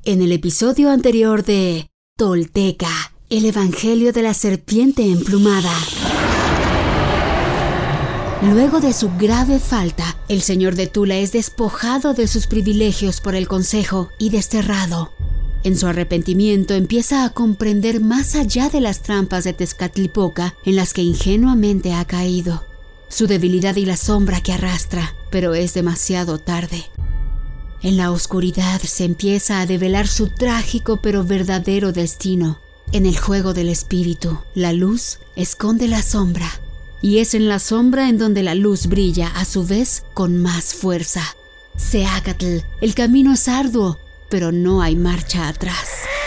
En el episodio anterior de Tolteca, el Evangelio de la Serpiente Emplumada. Luego de su grave falta, el señor de Tula es despojado de sus privilegios por el consejo y desterrado. En su arrepentimiento empieza a comprender más allá de las trampas de Tezcatlipoca en las que ingenuamente ha caído, su debilidad y la sombra que arrastra, pero es demasiado tarde. En la oscuridad se empieza a develar su trágico pero verdadero destino. En el juego del espíritu, la luz esconde la sombra, y es en la sombra en donde la luz brilla a su vez con más fuerza. Seacatl, el camino es arduo, pero no hay marcha atrás.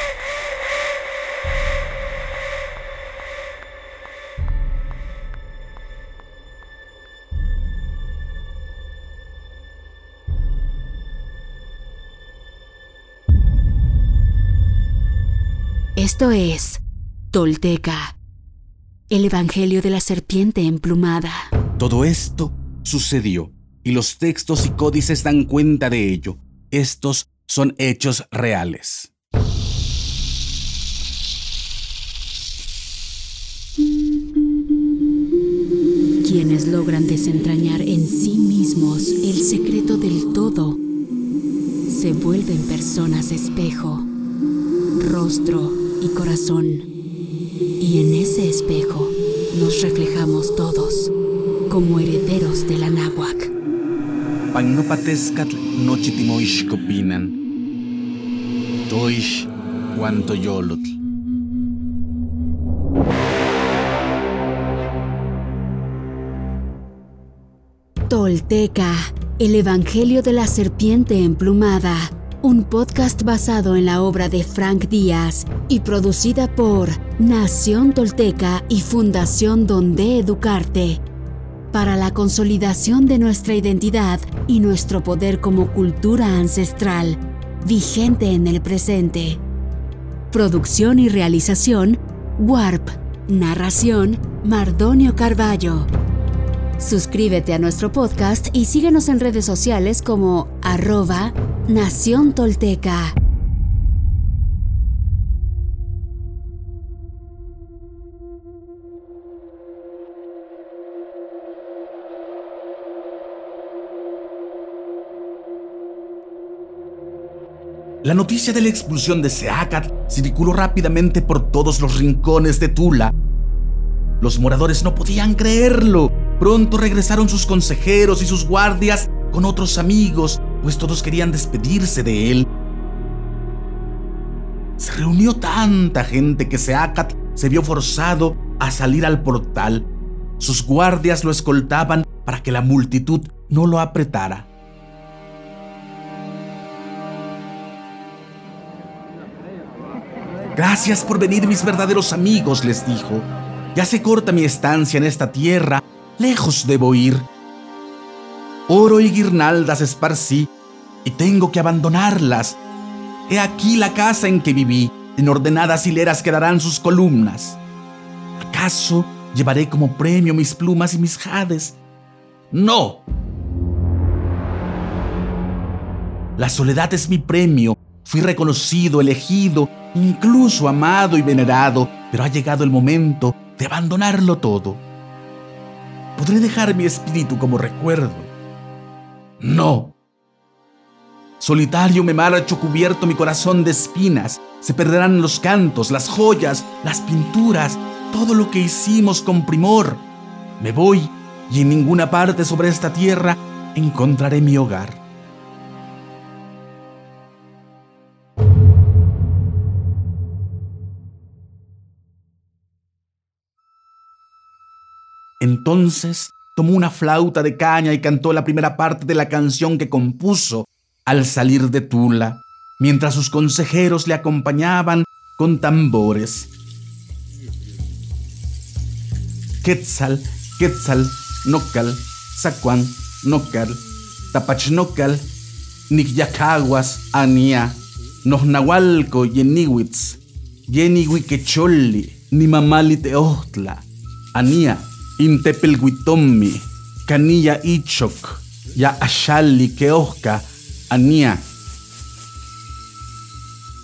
Esto es Tolteca, el Evangelio de la Serpiente Emplumada. Todo esto sucedió y los textos y códices dan cuenta de ello. Estos son hechos reales. Quienes logran desentrañar en sí mismos el secreto del todo, se vuelven personas espejo, rostro y corazón. Y en ese espejo nos reflejamos todos como herederos de la náhuac. Pagnopatezcatl nochitimoixcopinan. Toix guantoyolotl. Tolteca, el Evangelio de la Serpiente Emplumada. Un podcast basado en la obra de Frank Díaz y producida por Nación Tolteca y Fundación Donde Educarte, para la consolidación de nuestra identidad y nuestro poder como cultura ancestral, vigente en el presente. Producción y realización, Warp. Narración, Mardonio Carballo. Suscríbete a nuestro podcast y síguenos en redes sociales como @Nación Tolteca. La noticia de la expulsión de Seacatl circuló rápidamente por todos los rincones de Tula. Los moradores no podían creerlo. Pronto regresaron sus consejeros y sus guardias con otros amigos, pues todos querían despedirse de él. Se reunió tanta gente que Seacatl se vio forzado a salir al portal. Sus guardias lo escoltaban para que la multitud no lo apretara. Gracias por venir, mis verdaderos amigos, les dijo. Ya se corta mi estancia en esta tierra, lejos debo ir. Oro y guirnaldas esparcí y tengo que abandonarlas. He aquí la casa en que viví, en ordenadas hileras quedarán sus columnas. ¿Acaso llevaré como premio mis plumas y mis jades? ¡No! La soledad es mi premio. Fui reconocido, elegido, incluso amado y venerado, pero ha llegado el momento de abandonarlo todo. ¿Podré dejar mi espíritu como recuerdo? ¡No! Solitario me marcho cubierto mi corazón de espinas. Se perderán los cantos, las joyas, las pinturas, todo lo que hicimos con primor. Me voy y en ninguna parte sobre esta tierra encontraré mi hogar. Entonces tomó una flauta de caña y cantó la primera parte de la canción que compuso al salir de Tula, mientras sus consejeros le acompañaban con tambores. Quetzal, Quetzal, Nocal, Zacuán, Nocal, Tapachnocal, Nicyacaguas, Ania, Nojnahualco, Yenihuitz, Yenihuiquecholli, Nimamali Teohtla, Ania, Intepelguitommi, Canilla Ichoc, Ya Axalli Keohka, Ania.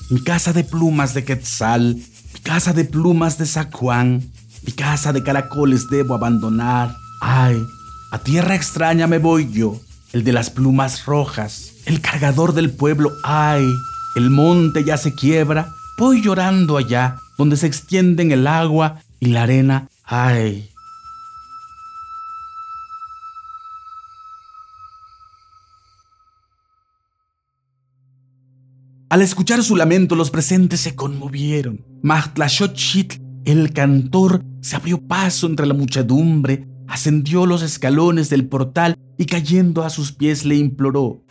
mi casa de plumas de quetzal, mi casa de plumas de zacuán, mi casa de caracoles debo abandonar. Ay, a tierra extraña me voy yo, el de las plumas rojas, el cargador del pueblo. Ay, el monte ya se quiebra, voy llorando allá, donde se extienden el agua y la arena. Ay. Al escuchar su lamento, los presentes se conmovieron. Maxtlaxochitl, el cantor, se abrió paso entre la muchedumbre, ascendió los escalones del portal y cayendo a sus pies le imploró: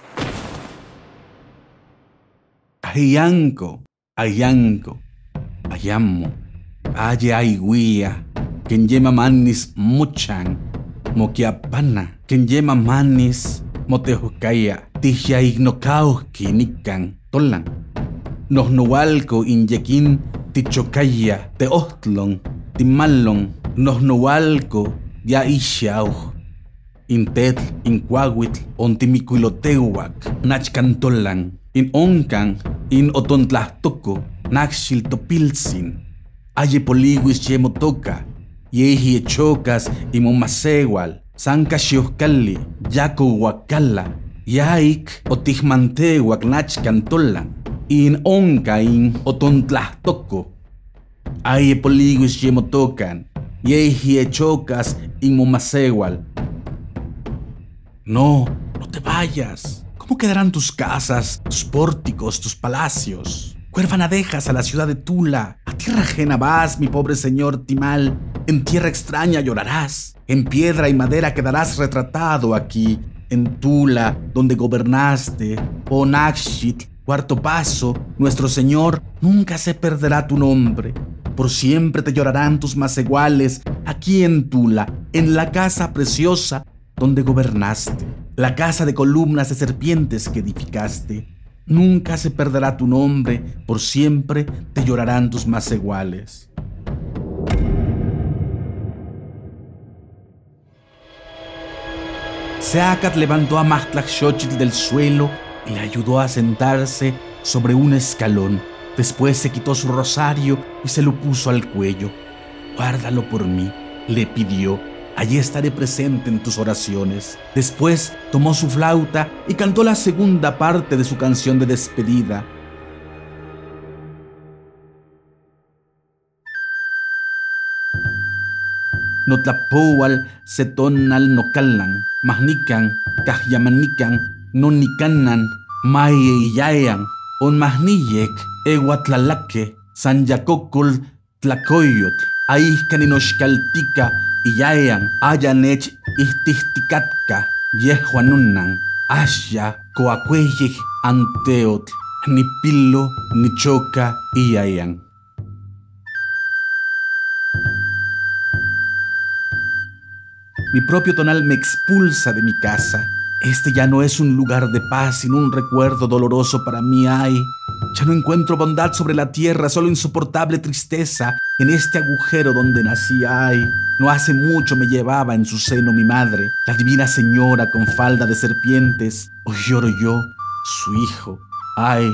Ayanco, Ayanco, Ayamo, Aye Aiguía, quien yema manis muchan, Moquiapana, quien yema manis Motejocaya, Tijia ignocauqui nican. Tolan, Nosnualco inyequín tichocaya teotlon, timalon, Nosnualco ya ixauj, intetl, incuahuitl, ontimicuiloteuac, nachcantolan, in oncan, in otontlastoco, naxil topilsin, aye poliwis yemotoca, yeji echocas y momasegual, sancaxioscali, yaco huacala, yaik otijmanteuac nachcantolan, in onca in otontlastoco, aye poliwis yemotocan, yeji echocas in momasegual. No, no te vayas. ¿Cómo quedarán tus casas, tus pórticos, tus palacios? Huérfana dejas a la ciudad de Tula. A tierra ajena vas, mi pobre señor Timal. En tierra extraña llorarás. En piedra y madera quedarás retratado aquí, en Tula, donde gobernaste. Oh Naxitl, cuarto paso, nuestro señor, nunca se perderá tu nombre. Por siempre te llorarán tus maseguales aquí en Tula, en la casa preciosa donde gobernaste, la casa de columnas de serpientes que edificaste. Nunca se perderá tu nombre, por siempre te llorarán tus maseguales. Seacat levantó a Maxtlaxochitl del suelo y le ayudó a sentarse sobre un escalón. Después se quitó su rosario y se lo puso al cuello. Guárdalo por mí, le pidió. Allí estaré presente en tus oraciones. Después tomó su flauta y cantó la segunda parte de su canción de despedida. Notlapoual setonal nocalan, mahnican, cahyamanican, nonicanan, mayeyayan, on mahniyek, eguatlalaque, sanyacocol, tlacoyotl, aihcaninoxcaltica, iyayan, ayanech, ihtihticatka, yehuanunan, asya, coacueyej, anteotl, ni pilo, ni choca, iyayan. Mi propio tonal me expulsa de mi casa. Este ya no es un lugar de paz, sino un recuerdo doloroso para mí. Ay, ya no encuentro bondad sobre la tierra, solo insoportable tristeza en este agujero donde nací. Ay, no hace mucho me llevaba en su seno mi madre, la divina señora con falda de serpientes. Hoy lloro yo, su hijo. Ay.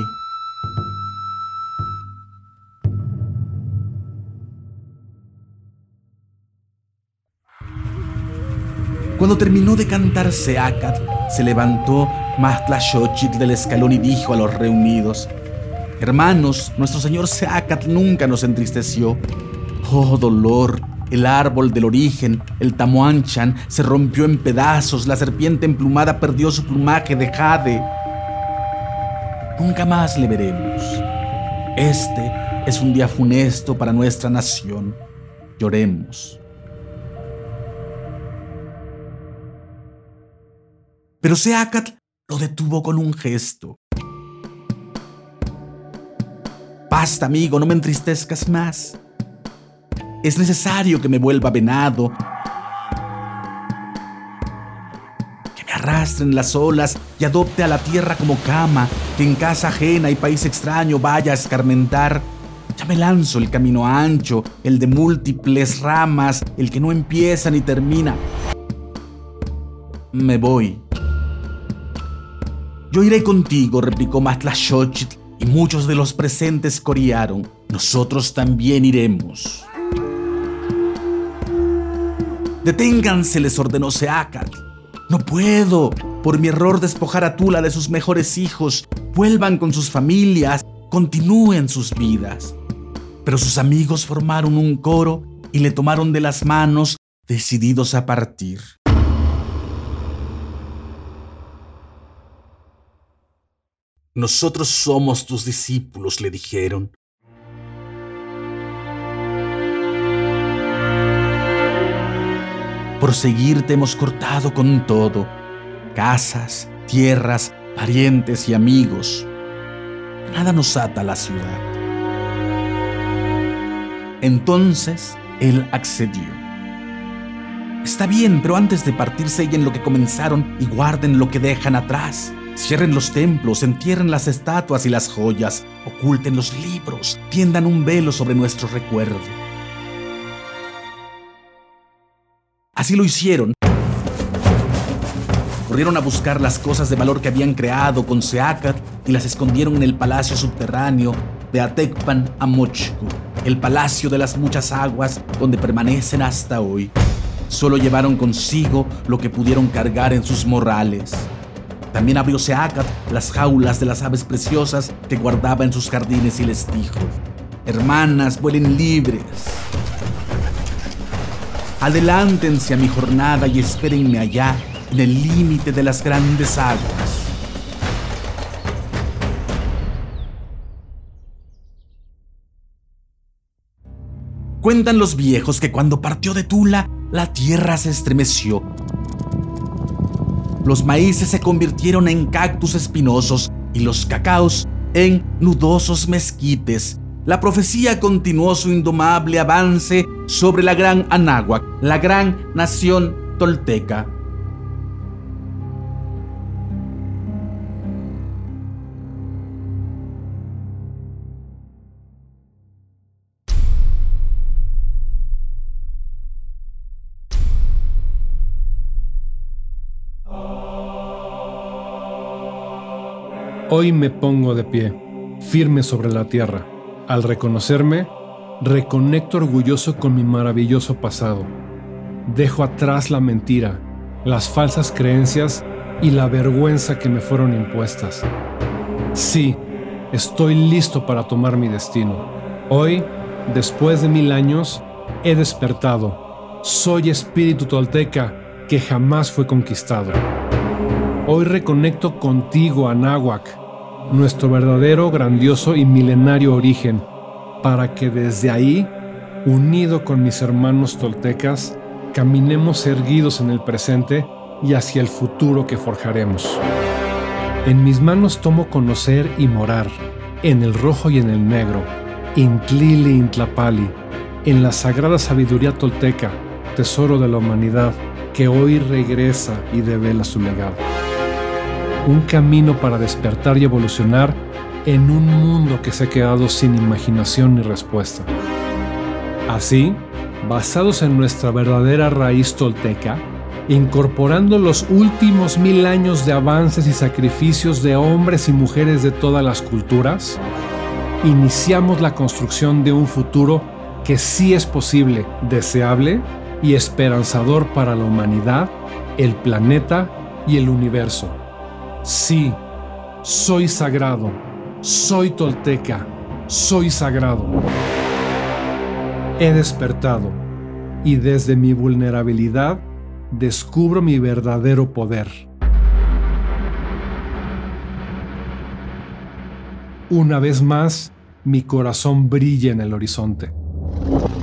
Cuando terminó de cantar Seacat, se levantó Maxtlaxochitl del escalón y dijo a los reunidos: Hermanos, nuestro señor Seacat nunca nos entristeció. Oh dolor, el árbol del origen, el Tamuanchan, se rompió en pedazos, la serpiente emplumada perdió su plumaje de jade. Nunca más le veremos. Este es un día funesto para nuestra nación. Lloremos. Pero Seacat lo detuvo con un gesto. Basta, amigo, no me entristezcas más. Es necesario que me vuelva venado, que me arrastren las olas y adopte a la tierra como cama, que en casa ajena y país extraño vaya a escarmentar. Ya me lanzo el camino ancho, el de múltiples ramas, el que no empieza ni termina. Me voy. Yo iré contigo, replicó Maxtlaxochitl, Y muchos de los presentes corearon: nosotros también iremos. Deténganse, les ordenó Seacat. No puedo, por mi error, despojar a Tula de sus mejores hijos. Vuelvan con sus familias, continúen sus vidas. Pero sus amigos formaron un coro y le tomaron de las manos, decididos a partir. Nosotros somos tus discípulos, le dijeron. Por seguirte hemos cortado con todo: casas, tierras, parientes y amigos. Nada nos ata a la ciudad. Entonces él accedió. Está bien, pero antes de partir sellen lo que comenzaron y guarden lo que dejan atrás. Cierren los templos, entierren las estatuas y las joyas, oculten los libros, tiendan un velo sobre nuestro recuerdo. Así lo hicieron. Corrieron a buscar las cosas de valor que habían creado con Seacat y las escondieron en el palacio subterráneo de Atekpan Amochko, el palacio de las muchas aguas donde permanecen hasta hoy. Solo llevaron consigo lo que pudieron cargar en sus morrales. También abrió Seacat las jaulas de las aves preciosas que guardaba en sus jardines y les dijo: hermanas, vuelen libres. Adelántense a mi jornada y espérenme allá, en el límite de las grandes aguas. Cuentan los viejos que cuando partió de Tula, la tierra se estremeció. Los maíces se convirtieron en cactus espinosos y los cacaos en nudosos mezquites. La profecía continuó su indomable avance sobre la gran Anáhuac, la gran nación tolteca. Hoy me pongo de pie, firme sobre la tierra. Al reconocerme, reconecto orgulloso con mi maravilloso pasado. Dejo atrás la mentira, las falsas creencias y la vergüenza que me fueron impuestas. Sí, estoy listo para tomar mi destino. Hoy, después de 1000 años, he despertado. Soy espíritu tolteca que jamás fue conquistado. Hoy reconecto contigo, Anáhuac, nuestro verdadero, grandioso y milenario origen, para que desde ahí, unido con mis hermanos toltecas, caminemos erguidos en el presente y hacia el futuro que forjaremos. En mis manos tomo conocer y morar, en el rojo y en el negro, Intlili Intlapali, en la sagrada sabiduría tolteca, tesoro de la humanidad, que hoy regresa y devela su legado. Un camino para despertar y evolucionar en un mundo que se ha quedado sin imaginación ni respuesta. Así, basados en nuestra verdadera raíz tolteca, incorporando los últimos 1000 años de avances y sacrificios de hombres y mujeres de todas las culturas, iniciamos la construcción de un futuro que sí es posible, deseable y esperanzador para la humanidad, el planeta y el universo. Sí, soy sagrado, soy tolteca, soy sagrado. He despertado y desde mi vulnerabilidad descubro mi verdadero poder. Una vez más, mi corazón brilla en el horizonte.